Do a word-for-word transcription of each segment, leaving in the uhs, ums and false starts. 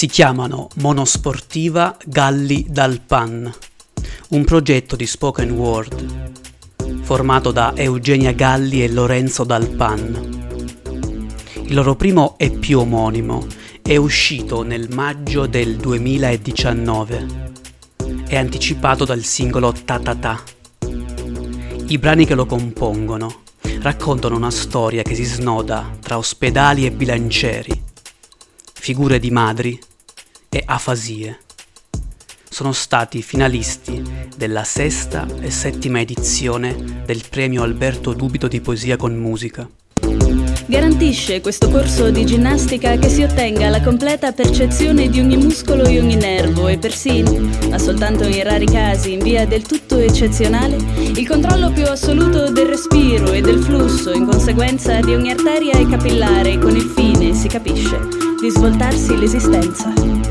Si chiamano Monosportiva Galli dal Pan, un progetto di spoken word formato da Eugenia Galli e Lorenzo Dal Pan. Il loro primo E P omonimo è uscito nel maggio del duemiladiciannove. È anticipato dal singolo Ta Ta Ta. I brani che lo compongono raccontano una storia che si snoda tra ospedali e bilancieri, figure di madri e afasie. Sono stati finalisti della sesta e settima edizione del premio Alberto Dubito di poesia con musica. Garantisce questo corso di ginnastica che si ottenga la completa percezione di ogni muscolo e ogni nervo e persino, ma soltanto in rari casi in via del tutto eccezionale, il controllo più assoluto del respiro e del flusso in conseguenza di ogni arteria e capillare con il fine, si capisce, di svoltarsi l'esistenza.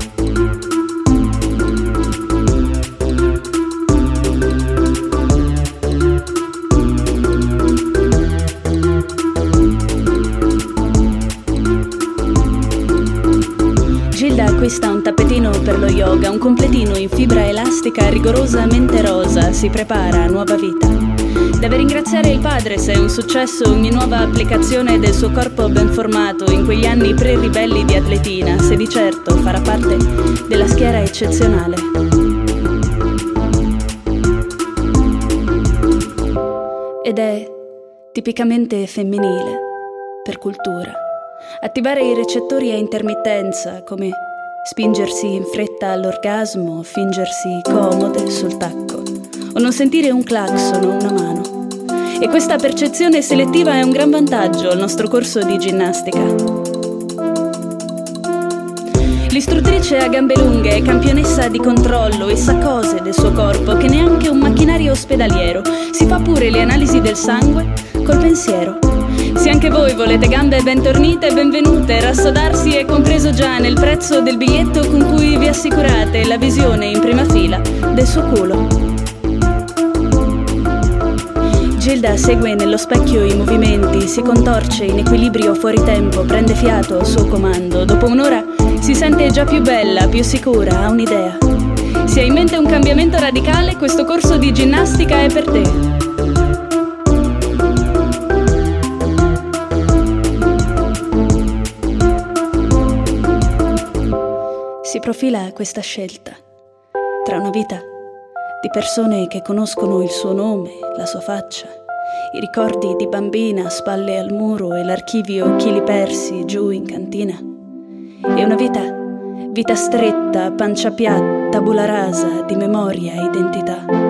Gilda acquista un tappetino per lo yoga, un completino in fibra elastica rigorosamente rosa, si prepara a nuova vita. Deve ringraziare il padre se è un successo ogni nuova applicazione del suo corpo ben formato in quegli anni pre-ribelli di atletina, se di certo farà parte della schiera eccezionale. Ed è tipicamente femminile, per cultura. Attivare i recettori a intermittenza, come spingersi in fretta all'orgasmo, fingersi comode sul tacco, o non sentire un clacson o una mano. E questa percezione selettiva è un gran vantaggio al nostro corso di ginnastica. L'istruttrice a gambe lunghe è campionessa di controllo e sa cose del suo corpo che neanche un macchinario ospedaliero. Si fa pure le analisi del sangue col pensiero. Se anche voi volete gambe ben tornite, benvenute, rassodarsi è compreso già nel prezzo del biglietto con cui vi assicurate la visione in prima fila del suo culo. Gilda segue nello specchio i movimenti, si contorce in equilibrio fuori tempo, prende fiato al suo comando. Dopo un'ora si sente già più bella, più sicura, ha un'idea. Se hai in mente un cambiamento radicale, questo corso di ginnastica è per te. Si profila questa scelta tra una vita di persone che conoscono il suo nome, la sua faccia, i ricordi di bambina, spalle al muro e l'archivio chili persi giù in cantina, e una vita, vita stretta, pancia piatta, tabula rasa di memoria e identità.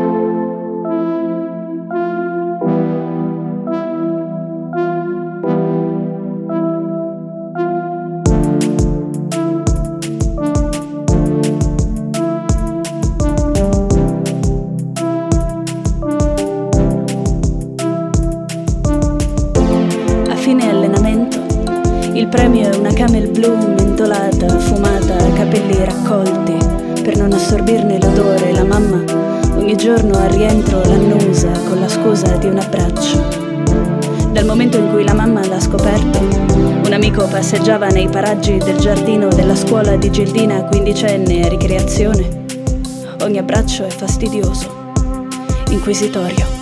Fine allenamento, il premio è una camel blu mentolata, fumata, capelli raccolti per non assorbirne l'odore. La mamma ogni giorno al rientro l'annusa con la scusa di un abbraccio. Dal momento in cui la mamma l'ha scoperto, un amico passeggiava nei paraggi del giardino della scuola di Gildina, quindicenne a ricreazione. Ogni abbraccio è fastidioso, inquisitorio.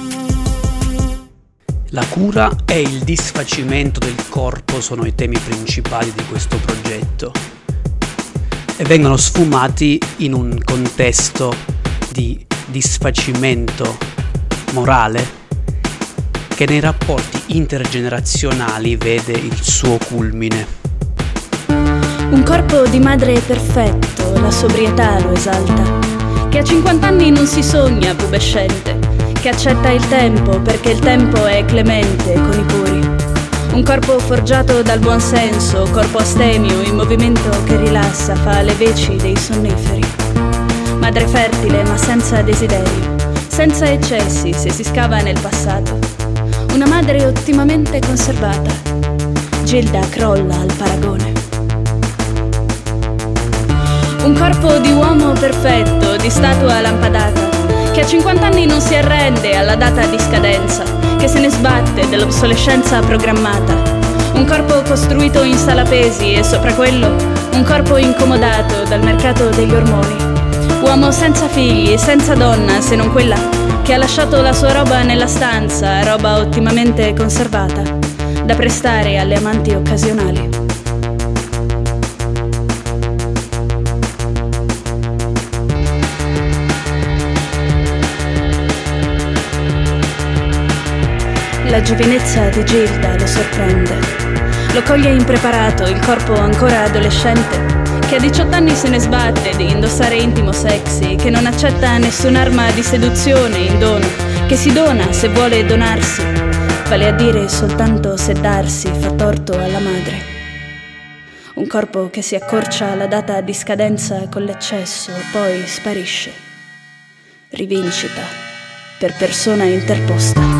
La cura e il disfacimento del corpo sono i temi principali di questo progetto e vengono sfumati in un contesto di disfacimento morale che nei rapporti intergenerazionali vede il suo culmine. Un corpo di madre perfetto, la sobrietà lo esalta, che a cinquanta anni non si sogna pubescente, che accetta il tempo perché il tempo è clemente con i puri. Un corpo forgiato dal buonsenso, corpo astemio in movimento che rilassa, fa le veci dei sonniferi. Madre fertile ma senza desiderio, senza eccessi se si scava nel passato. Una madre ottimamente conservata. Gilda crolla al paragone. Un corpo di uomo perfetto, di statua lampadata, che a cinquanta anni non si arrende alla data di scadenza, che se ne sbatte dell'obsolescenza programmata. Un corpo costruito in sala pesi e sopra quello Un corpo incomodato dal mercato degli ormoni. Uomo senza figli, senza donna, se non quella che ha lasciato la sua roba nella stanza, roba ottimamente conservata, da prestare alle amanti occasionali. La giovinezza di Gilda lo sorprende. Lo coglie impreparato, il corpo ancora adolescente, che a diciotto anni se ne sbatte di indossare intimo sexy, che non accetta nessun'arma di seduzione in dono, che si dona se vuole donarsi, vale a dire soltanto se darsi fa torto alla madre. Un corpo che si accorcia la data di scadenza con l'eccesso, poi sparisce. Rivincita per persona interposta.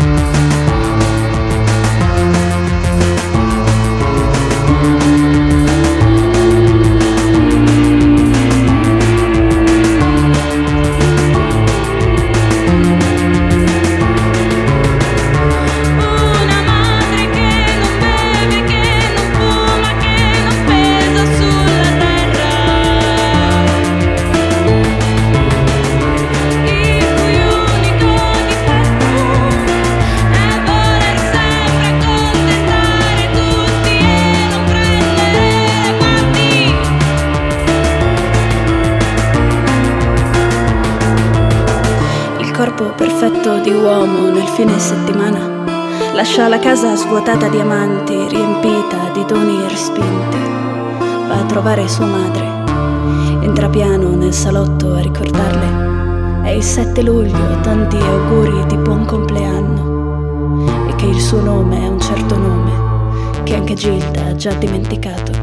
Corpo perfetto di uomo nel fine settimana lascia la casa svuotata di amanti, riempita di doni respinti. Va a trovare sua madre, entra piano nel salotto a ricordarle. È il sette luglio, tanti auguri di buon compleanno, e che il suo nome è un certo nome che anche Gilda ha già dimenticato.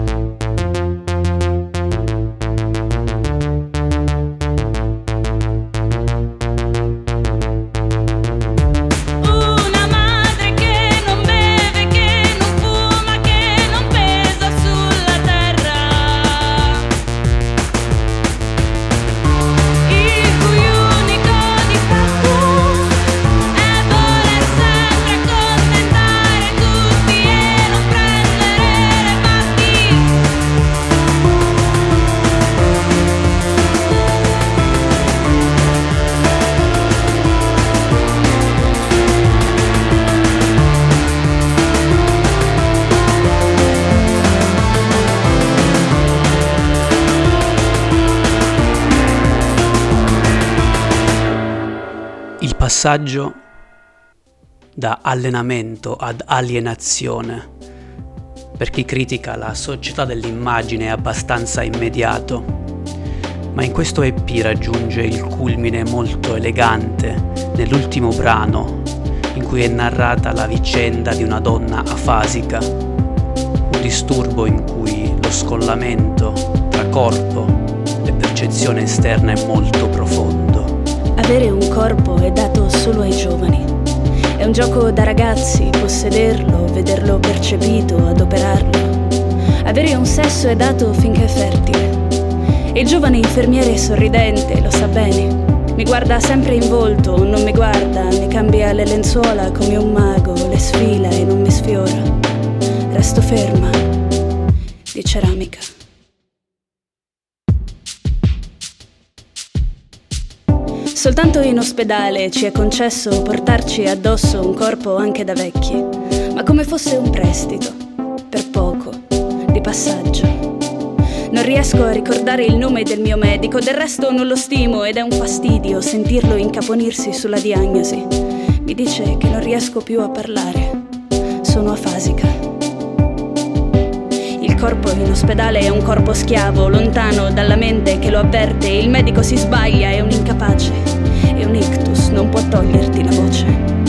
Il passaggio da allenamento ad alienazione, per chi critica la società dell'immagine, è abbastanza immediato, ma in questo E P raggiunge il culmine molto elegante nell'ultimo brano, in cui è narrata la vicenda di una donna afasica, un disturbo in cui lo scollamento tra corpo e percezione esterna è molto profondo. Avere un corpo è dato solo ai giovani. È un gioco da ragazzi, possederlo, vederlo percepito, adoperarlo. Avere un sesso è dato finché è fertile. E il giovane infermiere sorridente lo sa bene. Mi guarda sempre in volto, non mi guarda, mi cambia le lenzuola come un mago, le sfila e non mi sfiora. Resto ferma, di ceramica. Soltanto in ospedale ci è concesso portarci addosso un corpo anche da vecchi, ma come fosse un prestito, per poco, di passaggio. Non riesco a ricordare il nome del mio medico, del resto non lo stimo ed è un fastidio sentirlo incaponirsi sulla diagnosi. Mi dice che non riesco più a parlare, sono afasica. Il corpo in ospedale è un corpo schiavo, lontano dalla mente che lo avverte. Il medico si sbaglia, è un incapace, è un ictus, non può toglierti la voce.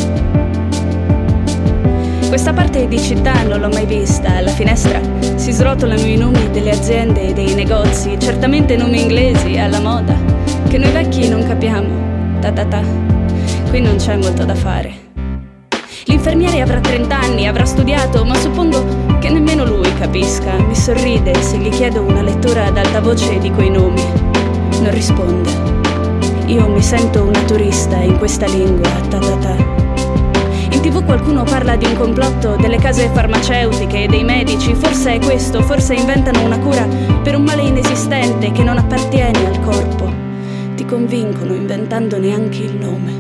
Questa parte di città non l'ho mai vista. Alla finestra si srotolano i nomi delle aziende e dei negozi, certamente nomi inglesi, alla moda, che noi vecchi non capiamo. Ta ta ta. Qui non c'è molto da fare. L'infermiere avrà trenta anni, avrà studiato, ma suppongo che nemmeno lui capisca. Mi sorride se gli chiedo una lettura ad alta voce di quei nomi. Non risponde. Io mi sento una turista in questa lingua, ta ta ta. tivù qualcuno parla di un complotto delle case farmaceutiche e dei medici. Forse è questo, forse inventano una cura per un male inesistente che non appartiene al corpo. Ti convincono inventando neanche il nome.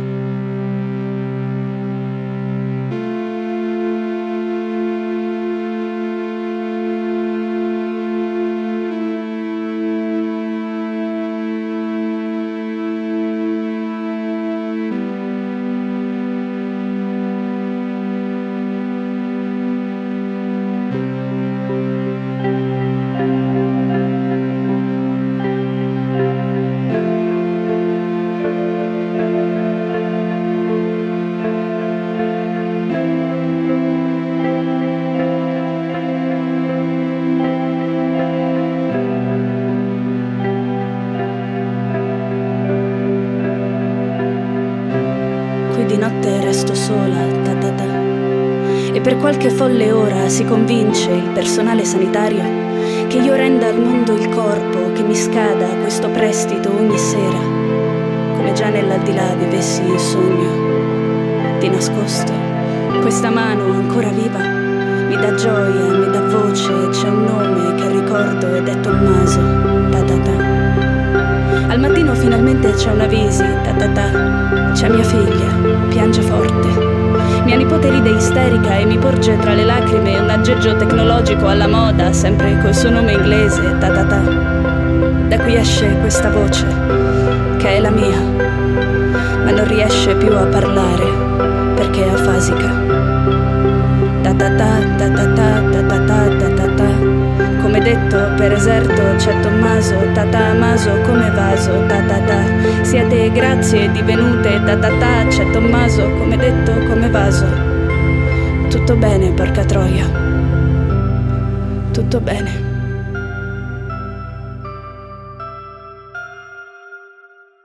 Di notte resto sola, ta ta ta. E per qualche folle ora si convince il personale sanitario che io renda al mondo il corpo, che mi scada questo prestito ogni sera, come già nell'aldilà vivessi il sogno. Di nascosto, questa mano ancora viva mi dà gioia, mi dà voce, c'è un nome che ricordo ed è Tommaso, ta ta ta. Al mattino finalmente c'è una visita, ta ta. C'è mia figlia, piange forte. Mia nipote ride isterica e mi porge tra le lacrime un aggeggio tecnologico alla moda, sempre col suo nome inglese, ta ta ta. Da cui esce questa voce, che è la mia, ma non riesce più a parlare, perché è afasica. Ta ta ta, ta ta ta, ta ta ta, ta ta ta. Come detto, per eserto c'è Tommaso, tata maso come vaso, ta ta ta. Siete grazie divenute, ta ta ta, c'è Tommaso, come detto, come vaso. Tutto bene, porca troia. Tutto bene.